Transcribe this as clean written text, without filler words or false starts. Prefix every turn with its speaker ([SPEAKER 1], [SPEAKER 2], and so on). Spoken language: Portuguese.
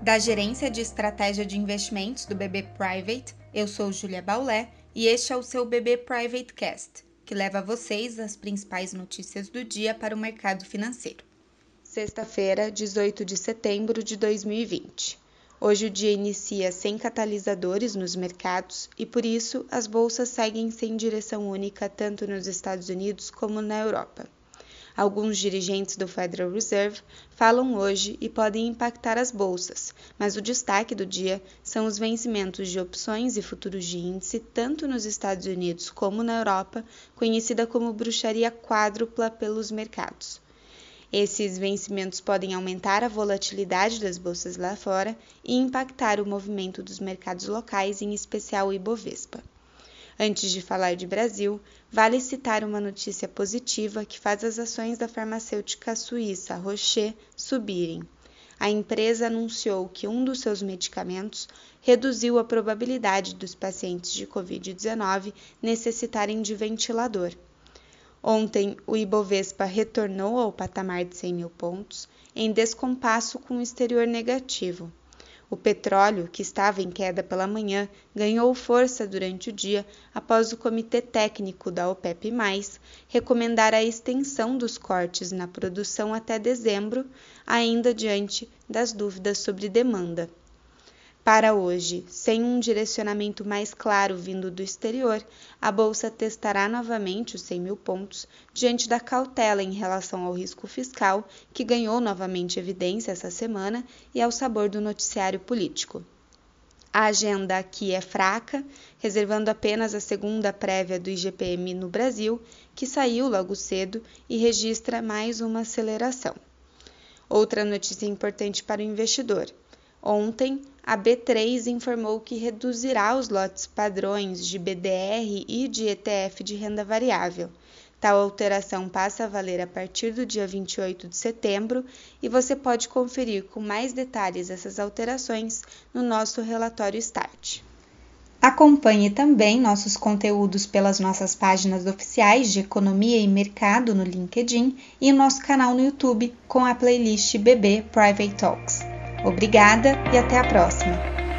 [SPEAKER 1] Da Gerência de Estratégia de Investimentos do BB Private, eu sou Júlia Baulé e este é o seu BB Private Cast, que leva a vocês as principais notícias do dia para o mercado financeiro. Sexta-feira, 18 de setembro de 2020. Hoje o dia inicia sem catalisadores nos mercados e, por isso, as bolsas seguem sem direção única tanto nos Estados Unidos como na Europa. Alguns dirigentes do Federal Reserve falam hoje e podem impactar as bolsas, mas o destaque do dia são os vencimentos de opções e futuros de índice tanto nos Estados Unidos como na Europa, conhecida como bruxaria quádrupla pelos mercados. Esses vencimentos podem aumentar a volatilidade das bolsas lá fora e impactar o movimento dos mercados locais, em especial o Ibovespa. Antes de falar de Brasil, vale citar uma notícia positiva que faz as ações da farmacêutica suíça Rocher subirem. A empresa anunciou que um dos seus medicamentos reduziu a probabilidade dos pacientes de Covid-19 necessitarem de ventilador. Ontem, o Ibovespa retornou ao patamar de 100 mil pontos, em descompasso com o exterior negativo. O petróleo, que estava em queda pela manhã, ganhou força durante o dia após o Comitê Técnico da OPEP+, recomendar a extensão dos cortes na produção até dezembro, ainda diante das dúvidas sobre demanda. Para hoje, sem um direcionamento mais claro vindo do exterior, a Bolsa testará novamente os 100 mil pontos diante da cautela em relação ao risco fiscal, que ganhou novamente evidência essa semana, e ao sabor do noticiário político. A agenda aqui é fraca, reservando apenas a segunda prévia do IGPM no Brasil, que saiu logo cedo e registra mais uma aceleração. Outra notícia importante para o investidor. Ontem, a B3 informou que reduzirá os lotes padrões de BDR e de ETF de renda variável. Tal alteração passa a valer a partir do dia 28 de setembro e você pode conferir com mais detalhes essas alterações no nosso relatório Start. Acompanhe também nossos conteúdos pelas nossas páginas oficiais de Economia e Mercado no LinkedIn e nosso canal no YouTube com a playlist BB Private Talks. Obrigada e até a próxima!